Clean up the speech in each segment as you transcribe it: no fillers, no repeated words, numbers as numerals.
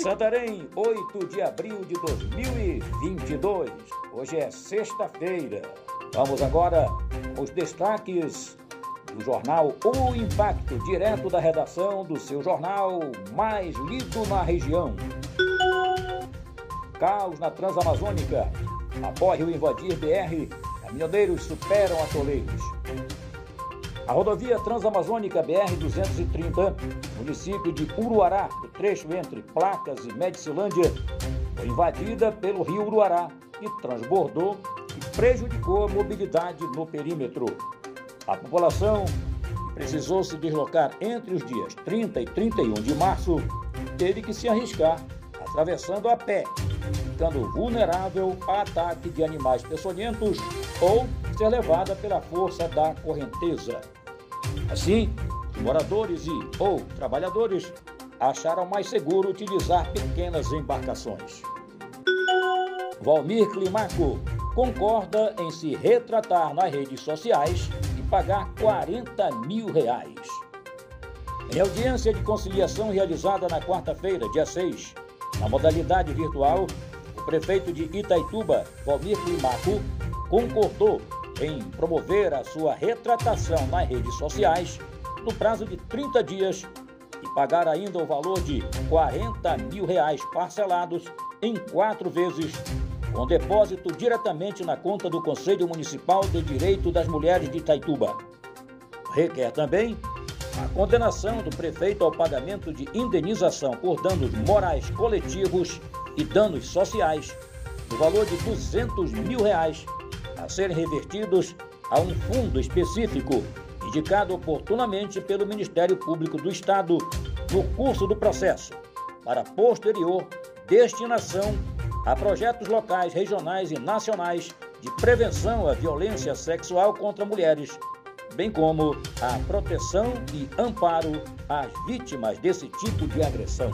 Santarém, 8 de abril de 2022. Hoje é sexta-feira. Vamos agora aos destaques do jornal O Impacto, direto da redação do seu jornal mais lido na região. Caos na Transamazônica. Após Rio invadir BR, caminhoneiros superam atoleiros. A rodovia Transamazônica BR-230, município de Uruará, o trecho entre Placas e Medicilândia, foi invadida pelo rio Uruará e transbordou e prejudicou a mobilidade no perímetro. A população, que precisou se deslocar entre os dias 30 e 31 de março, teve que se arriscar atravessando a pé, ficando vulnerável a ataque de animais peçonhentos ou ser levada pela força da correnteza. Assim, os moradores ou trabalhadores acharam mais seguro utilizar pequenas embarcações. Valmir Climaco concorda em se retratar nas redes sociais e pagar R$40 mil. Em audiência de conciliação realizada na quarta-feira, dia 6, na modalidade virtual, o prefeito de Itaituba, Valmir Climaco, concordou em promover a sua retratação nas redes sociais no prazo de 30 dias e pagar ainda o valor de R$40 mil parcelados em 4 vezes, com depósito diretamente na conta do Conselho Municipal de Direito das Mulheres de Itaituba. Requer também a condenação do prefeito ao pagamento de indenização por danos morais coletivos e danos sociais, no valor de R$200 mil, a serem revertidos a um fundo específico, indicado oportunamente pelo Ministério Público do Estado no curso do processo, para posterior destinação a projetos locais, regionais e nacionais de prevenção à violência sexual contra mulheres, bem como a proteção e amparo às vítimas desse tipo de agressão.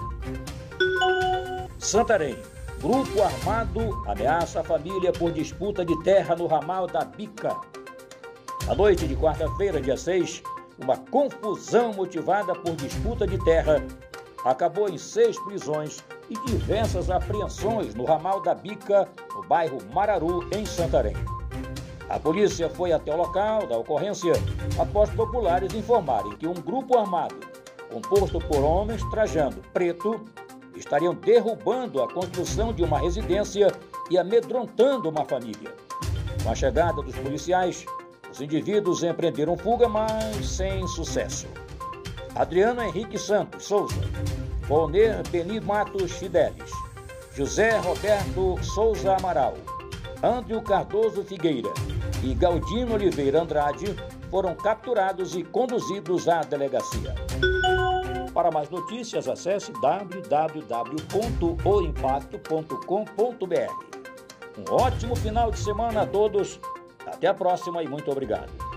Santarém. Grupo armado ameaça a família por disputa de terra no ramal da Bica. Na noite de quarta-feira, dia 6, uma confusão motivada por disputa de terra acabou em 6 prisões e diversas apreensões no ramal da Bica, no bairro Mararu, em Santarém. A polícia foi até o local da ocorrência após populares informarem que um grupo armado, composto por homens trajando preto, estariam derrubando a construção de uma residência e amedrontando uma família. Com a chegada dos policiais, os indivíduos empreenderam fuga, mas sem sucesso. Adriano Henrique Santos Souza, Volner Beni Matos Fidelis, José Roberto Souza Amaral, André Cardoso Figueira e Galdino Oliveira Andrade foram capturados e conduzidos à delegacia. Para mais notícias, acesse www.oimpacto.com.br. Um ótimo final de semana a todos. Até a próxima e muito obrigado.